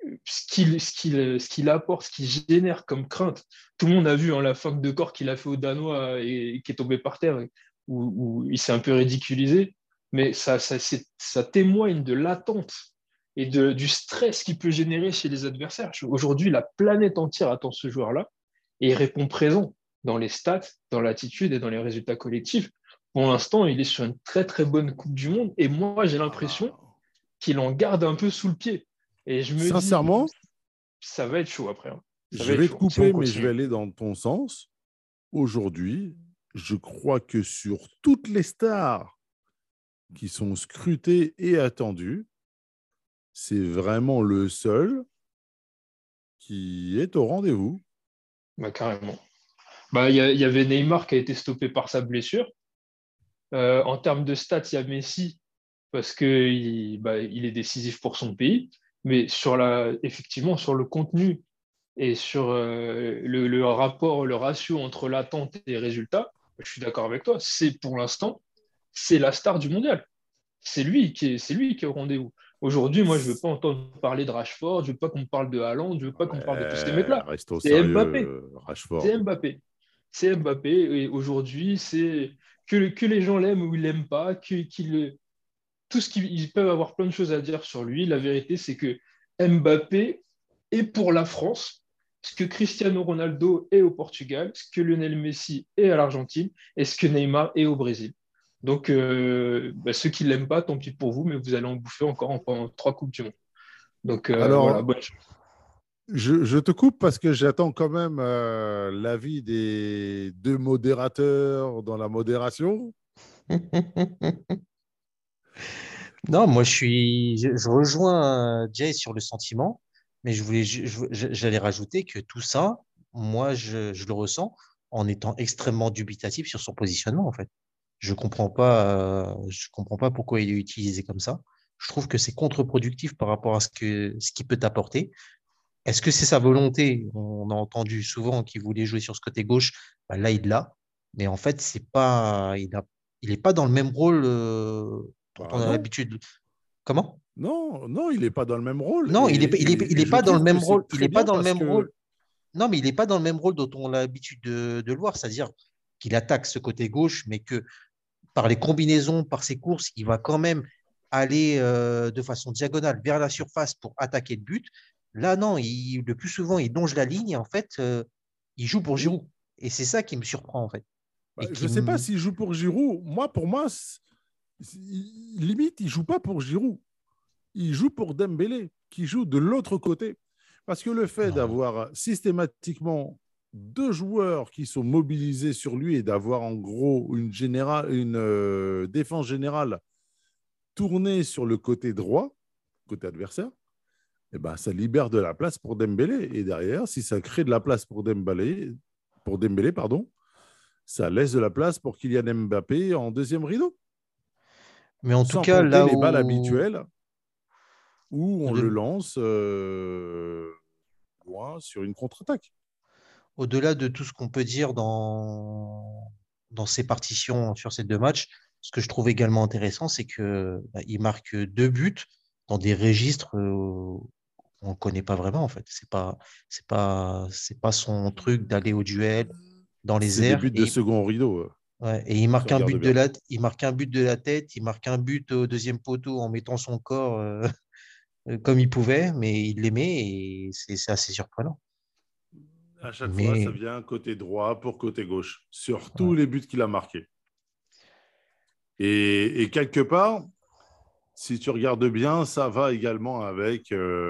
ce qu'il apporte, ce qu'il génère comme crainte, tout le monde a vu la feinte de corps qu'il a fait au Danois et qui est tombé par terre, où il s'est un peu ridiculisé. Mais ça témoigne de l'attente et du stress qu'il peut générer chez les adversaires. Aujourd'hui, la planète entière attend ce joueur-là et il répond présent dans les stats, dans l'attitude et dans les résultats collectifs. Pour l'instant, il est sur une très très bonne Coupe du Monde et moi, j'ai l'impression qu'il en garde un peu sous le pied. Et je me Sincèrement, dis, ça va être chaud après. Je vais te couper, mais je vais aller dans ton sens. Aujourd'hui, je crois que sur toutes les stars qui sont scrutées et attendues, c'est vraiment le seul qui est au rendez-vous. Bah, carrément. Bah, y avait Neymar qui a été stoppé par sa blessure. En termes de stats, il y a Messi parce qu'il est décisif pour son pays. Mais effectivement, sur le contenu et sur le rapport, le ratio entre l'attente et les résultats, je suis d'accord avec toi. Pour l'instant, c'est la star du mondial. C'est lui qui est au rendez-vous. Aujourd'hui, moi, je ne veux pas entendre parler de Rashford, je ne veux pas qu'on me parle de Haaland, je ne veux pas qu'on me parle de tous ces mecs-là. C'est Mbappé. Rashford. C'est Mbappé. C'est Mbappé. Et aujourd'hui, c'est que les gens l'aiment ou ils ne l'aiment pas, tout ce qu'ils peuvent avoir plein de choses à dire sur lui. La vérité, c'est que Mbappé est pour la France ce que Cristiano Ronaldo est au Portugal, ce que Lionel Messi est à l'Argentine et ce que Neymar est au Brésil. Donc, ceux qui ne l'aiment pas, tant pis pour vous, mais vous allez en bouffer encore pendant 3 Coupes du Monde. Donc, alors, voilà, bonne chance. Je te coupe parce que j'attends quand même l'avis des deux modérateurs dans la modération. Non, moi je rejoins Jay sur le sentiment, mais j'allais rajouter que tout ça, moi je le ressens en étant extrêmement dubitatif sur son positionnement en fait. Je comprends pas pourquoi il est utilisé comme ça. Je trouve que c'est contre-productif par rapport à ce qu'il peut apporter. Est-ce que c'est sa volonté? On a entendu souvent qu'il voulait jouer sur ce côté gauche. Bah, là, il l'a. Mais en fait, il n'est pas dans le même rôle dont on a l'habitude. Comment? Non, il n'est pas dans le même rôle. Non, il n'est pas dans le même rôle. Il n'est pas dans le même rôle. Que... Non, mais il n'est pas dans le même rôle dont on a l'habitude de le voir. C'est-à-dire qu'il attaque ce côté gauche, mais que par les combinaisons, par ses courses, il va quand même aller de façon diagonale vers la surface pour attaquer le but. Là, non, le plus souvent, il longe la ligne et en fait, il joue pour Oui. Giroud. Et c'est ça qui me surprend, en fait. Et Je qui ne sais pas s'il joue pour Giroud. Pour moi, limite, il ne joue pas pour Giroud. Il joue pour Dembélé, qui joue de l'autre côté. Parce que le fait d'avoir systématiquement deux joueurs qui sont mobilisés sur lui et d'avoir en gros une défense générale tournée sur le côté droit, côté adversaire, eh ben, ça libère de la place pour Dembélé. Et derrière, si ça crée de la place pour Dembélé, ça laisse de la place pour Kylian Mbappé en deuxième rideau. Mais en tout Sans cas, compter là les balles où, habituelles où on le au-delà lance loin sur une contre-attaque. au-delà de tout ce qu'on peut dire dans ces partitions sur ces deux matchs, ce que je trouve également intéressant, c'est que il marque 2 buts dans des registres on ne connaît pas vraiment en fait. C'est pas son truc d'aller au duel dans les C'est des airs buts de second rideau. ouais, et Si on regarde bien. il marque un but de la tête, il marque un but au deuxième poteau en mettant son corps comme il pouvait, mais il l'aimait et c'est assez surprenant. À chaque fois, ça Mais vient côté droit pour côté gauche, sur tous ouais. les buts qu'il a marqués. Et quelque part, si tu regardes bien, ça va également avec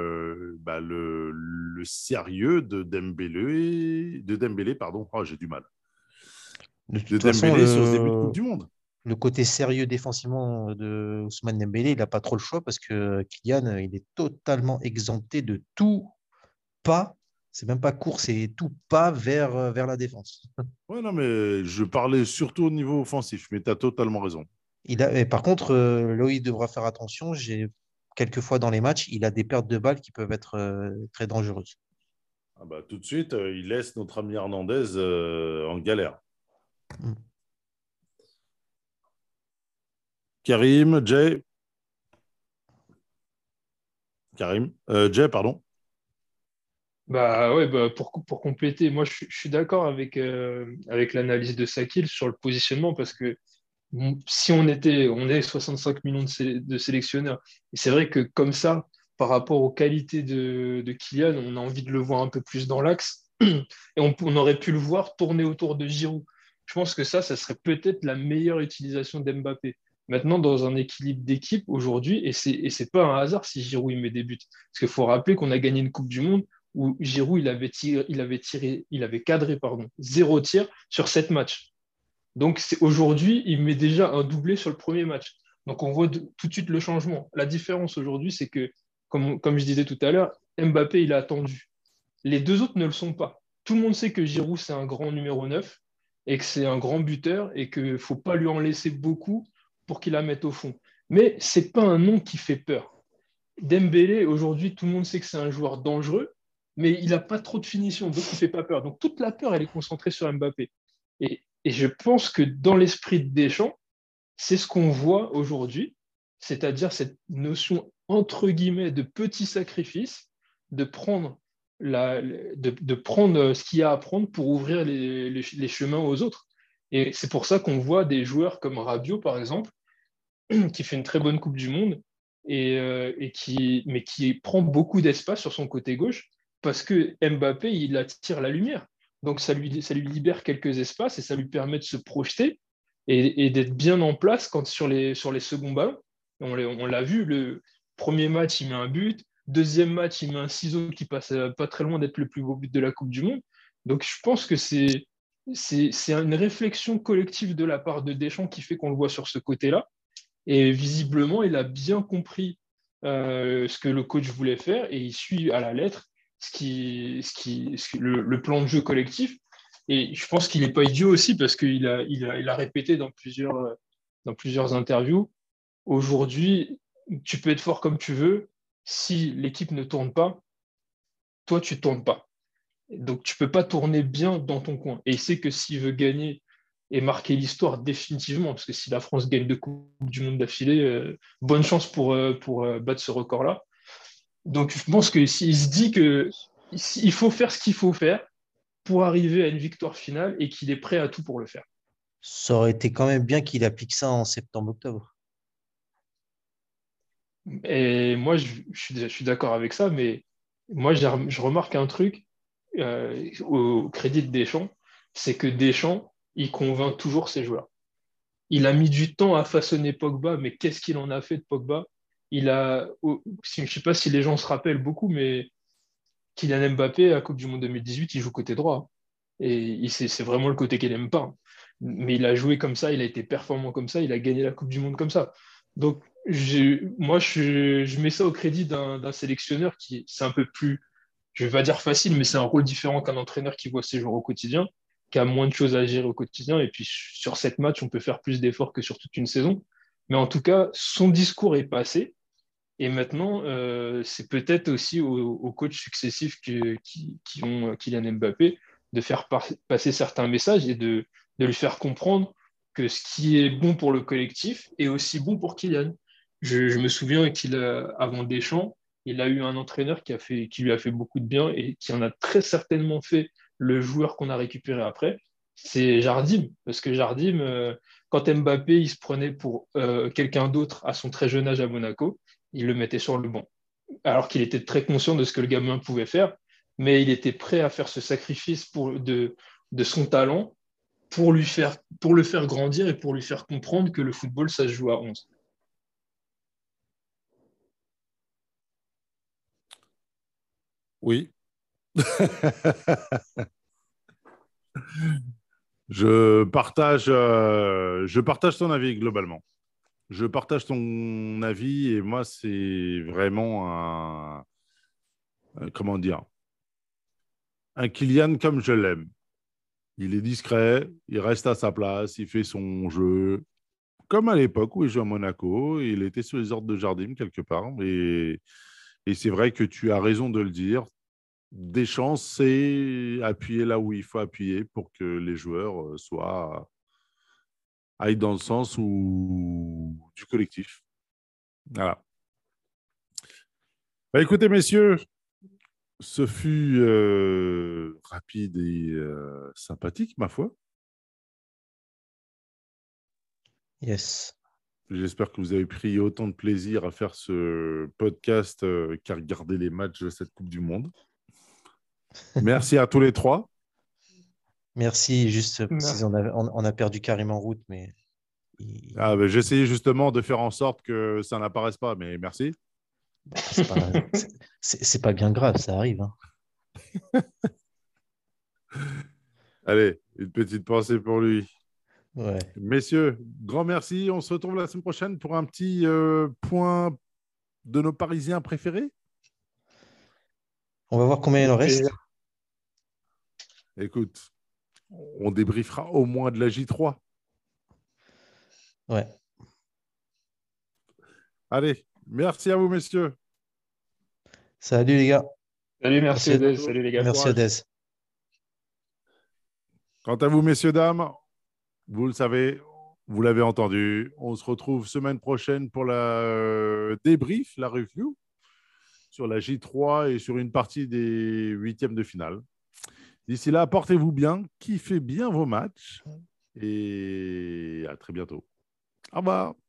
le sérieux de Dembélé, pardon. Oh, j'ai du mal. De De toute façon, Dembélé sur ce début de Coupe du Monde. le côté sérieux défensivement de Ousmane Dembélé, il n'a pas trop le choix parce que Kylian, il est totalement exempté de tout pas. C'est même pas court, c'est tout pas vers la défense. Ouais, non, mais je parlais surtout au niveau offensif, mais tu as totalement raison. Et par contre, Loïc devra faire attention. Quelquefois dans les matchs, il a des pertes de balles qui peuvent être très dangereuses. Ah bah, tout de suite, il laisse notre ami Hernandez en galère. Mm. Karim, Jay. Jay, pardon. Bah ouais, pour compléter, moi je suis d'accord avec l'analyse de Sakil sur le positionnement parce que si on est 65 millions de sélectionneurs, et c'est vrai que comme ça, par rapport aux qualités de Kylian, on a envie de le voir un peu plus dans l'axe, et on aurait pu le voir tourner autour de Giroud. Je pense que ça serait peut-être la meilleure utilisation d'Mbappé. Maintenant, dans un équilibre d'équipe aujourd'hui, et c'est pas un hasard si Giroud il met des buts. Parce qu'il faut rappeler qu'on a gagné une Coupe du Monde où Giroud il avait cadré, pardon, 0 tir sur 7 matchs. Donc aujourd'hui, il met déjà un doublé sur le premier match. Donc on voit tout de suite le changement. La différence aujourd'hui, c'est que, comme je disais tout à l'heure, Mbappé, il a attendu. Les deux autres ne le sont pas. Tout le monde sait que Giroud, c'est un grand numéro 9 et que c'est un grand buteur et qu'il ne faut pas lui en laisser beaucoup pour qu'il la mette au fond. Mais ce n'est pas un nom qui fait peur. Dembélé, aujourd'hui, tout le monde sait que c'est un joueur dangereux, mais il n'a pas trop de finition, donc il ne fait pas peur. Donc toute la peur, elle est concentrée sur Mbappé. Et je pense que dans l'esprit de Deschamps, c'est ce qu'on voit aujourd'hui, c'est-à-dire cette notion, entre guillemets, de petit sacrifice, de prendre, de prendre ce qu'il y a à prendre pour ouvrir les chemins aux autres. Et c'est pour ça qu'on voit des joueurs comme Rabiot, par exemple, qui fait une très bonne Coupe du Monde, mais qui prend beaucoup d'espace sur son côté gauche, parce que Mbappé, il attire la lumière. Donc ça lui libère quelques espaces et ça lui permet de se projeter et d'être bien en place sur les seconds ballons. On l'a vu, le premier match, il met un but. Deuxième match, il met un ciseau qui passe pas très loin d'être le plus beau but de la Coupe du Monde. Donc je pense que c'est une réflexion collective de la part de Deschamps qui fait qu'on le voit sur ce côté-là. Et visiblement, il a bien compris ce que le coach voulait faire et il suit à la lettre le plan de jeu collectif. Et je pense qu'il n'est pas idiot aussi parce qu'il a répété dans plusieurs interviews. Aujourd'hui, tu peux être fort comme tu veux. Si l'équipe ne tourne pas, toi, tu ne tournes pas. Donc, tu ne peux pas tourner bien dans ton coin. Et il sait que s'il veut gagner et marquer l'histoire définitivement, parce que si la France gagne 2 Coupes du Monde d'affilée, bonne chance pour battre ce record-là. Donc, je pense qu'il se dit qu'il faut faire ce qu'il faut faire pour arriver à une victoire finale et qu'il est prêt à tout pour le faire. Ça aurait été quand même bien qu'il applique ça en septembre-octobre. Et moi, je suis d'accord avec ça, mais moi, je remarque un truc au crédit de Deschamps, c'est que Deschamps, il convainc toujours ses joueurs. Il a mis du temps à façonner Pogba, mais qu'est-ce qu'il en a fait de Pogba? Je ne sais pas si les gens se rappellent beaucoup, mais Kylian Mbappé, à la Coupe du Monde 2018, il joue côté droit. Et c'est vraiment le côté qu'il n'aime pas. Mais il a joué comme ça, il a été performant comme ça, il a gagné la Coupe du Monde comme ça. Donc, moi, je mets ça au crédit d'un sélectionneur qui, c'est un peu plus, je ne vais pas dire facile, mais c'est un rôle différent qu'un entraîneur qui voit ses joueurs au quotidien, qui a moins de choses à gérer au quotidien. Et puis, sur 7 matchs, on peut faire plus d'efforts que sur toute une saison. Mais en tout cas, son discours est passé. Et maintenant, c'est peut-être aussi aux coachs successifs qui ont Kylian Mbappé de faire passer certains messages et de lui faire comprendre que ce qui est bon pour le collectif est aussi bon pour Kylian. Je me souviens avant Deschamps, il a eu un entraîneur qui lui a fait beaucoup de bien et qui en a très certainement fait le joueur qu'on a récupéré après. C'est Jardim, parce que Jardim, quand Mbappé il se prenait pour quelqu'un d'autre à son très jeune âge à Monaco, il le mettait sur le banc. Alors qu'il était très conscient de ce que le gamin pouvait faire, mais il était prêt à faire ce sacrifice de son talent pour le faire grandir et pour lui faire comprendre que le football, ça se joue à 11. Oui. Je partage ton avis globalement. Je partage ton avis et moi, c'est vraiment comment dire, un Kylian comme je l'aime. Il est discret, il reste à sa place, il fait son jeu. Comme à l'époque où il jouait à Monaco, il était sous les ordres de Jardim quelque part. Et c'est vrai que tu as raison de le dire. Deschamps, c'est appuyer là où il faut appuyer pour que les joueurs aillent dans le sens du collectif. Voilà. Bah, écoutez, messieurs, ce fut rapide et sympathique, ma foi. Yes. J'espère que vous avez pris autant de plaisir à faire ce podcast qu'à regarder les matchs de cette Coupe du Monde. Merci à tous les trois. Merci. Juste Merci. préciser, on a perdu carrément route, mais J'ai essayé justement de faire en sorte que ça n'apparaisse pas, mais merci. c'est pas, c'est pas bien grave, ça arrive. Hein. Allez, une petite pensée pour lui. Ouais. Messieurs, grand merci. On se retrouve la semaine prochaine pour un petit point de nos Parisiens préférés. On va voir combien il en reste. Écoute, on débriefera au moins de la J3. Ouais. Allez, merci à vous, messieurs. Salut les gars. Salut, merci Merci. Odez. Salut les gars. Merci Courage. Odez. Quant à vous, messieurs, dames, vous le savez, vous l'avez entendu. On se retrouve semaine prochaine pour la débrief, la review sur la J3 et sur une partie des huitièmes de finale. D'ici là, portez-vous bien, kiffez bien vos matchs et à très bientôt. Au revoir.